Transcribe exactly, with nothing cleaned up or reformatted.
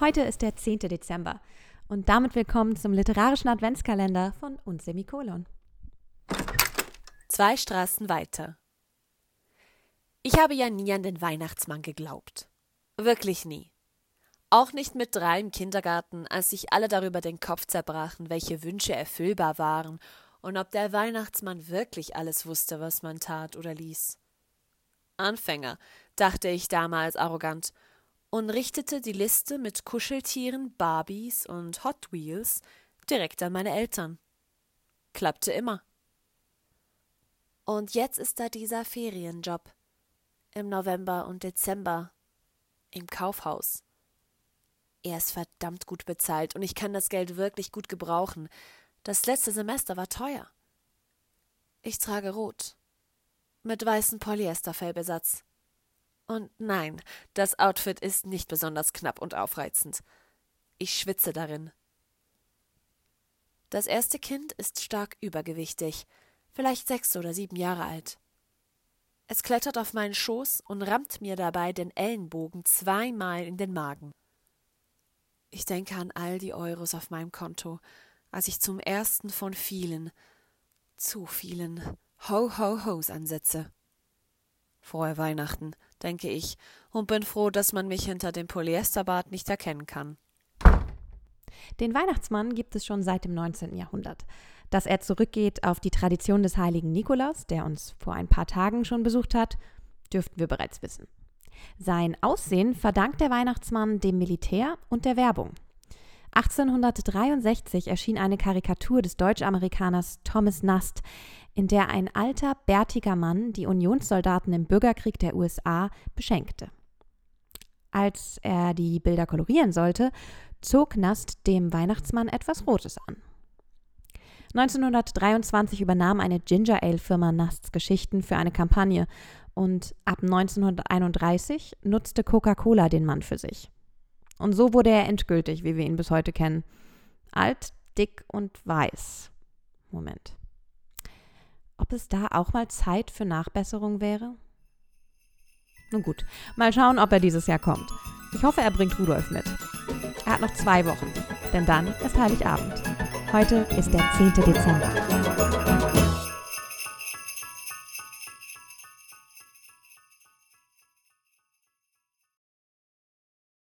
Heute ist der zehnte Dezember und damit willkommen zum literarischen Adventskalender von und Semikolon. Zwei Straßen weiter. Ich habe ja nie an den Weihnachtsmann geglaubt. Wirklich nie. Auch nicht mit drei im Kindergarten, als sich alle darüber den Kopf zerbrachen, welche Wünsche erfüllbar waren und ob der Weihnachtsmann wirklich alles wusste, was man tat oder ließ. Anfänger, dachte ich damals arrogant und richtete die Liste mit Kuscheltieren, Barbies und Hot Wheels direkt an meine Eltern. Klappte immer. Und jetzt ist da dieser Ferienjob. Im November und Dezember. Im Kaufhaus. Er ist verdammt gut bezahlt und ich kann das Geld wirklich gut gebrauchen. Das letzte Semester war teuer. Ich trage rot. Mit weißem Polyesterfellbesatz. Und nein, das Outfit ist nicht besonders knapp und aufreizend. Ich schwitze darin. Das erste Kind ist stark übergewichtig, vielleicht sechs oder sieben Jahre alt. Es klettert auf meinen Schoß und rammt mir dabei den Ellenbogen zweimal in den Magen. Ich denke an all die Euros auf meinem Konto, als ich zum ersten von vielen, zu vielen Ho-Ho-Hos ansetze. Frohe Weihnachten, denke ich, und bin froh, dass man mich hinter dem Polyesterbart nicht erkennen kann. Den Weihnachtsmann gibt es schon seit dem neunzehnten Jahrhundert. Dass er zurückgeht auf die Tradition des heiligen Nikolaus, der uns vor ein paar Tagen schon besucht hat, dürften wir bereits wissen. Sein Aussehen verdankt der Weihnachtsmann dem Militär und der Werbung. achtzehnhundertdreiundsechzig erschien eine Karikatur des Deutsch-Amerikaners Thomas Nast, in der ein alter, bärtiger Mann die Unionssoldaten im Bürgerkrieg der U S A beschenkte. Als er die Bilder kolorieren sollte, zog Nast dem Weihnachtsmann etwas Rotes an. neunzehnhundertdreiundzwanzig übernahm eine Ginger-Ale-Firma Nasts Geschichten für eine Kampagne und ab neunzehnhunderteinunddreißig nutzte Coca-Cola den Mann für sich. Und so wurde er endgültig, wie wir ihn bis heute kennen. Alt, dick und weiß. Moment. Ob es da auch mal Zeit für Nachbesserung wäre? Nun gut, mal schauen, ob er dieses Jahr kommt. Ich hoffe, er bringt Rudolf mit. Er hat noch zwei Wochen, denn dann ist Heiligabend. Heute ist der zehnte Dezember.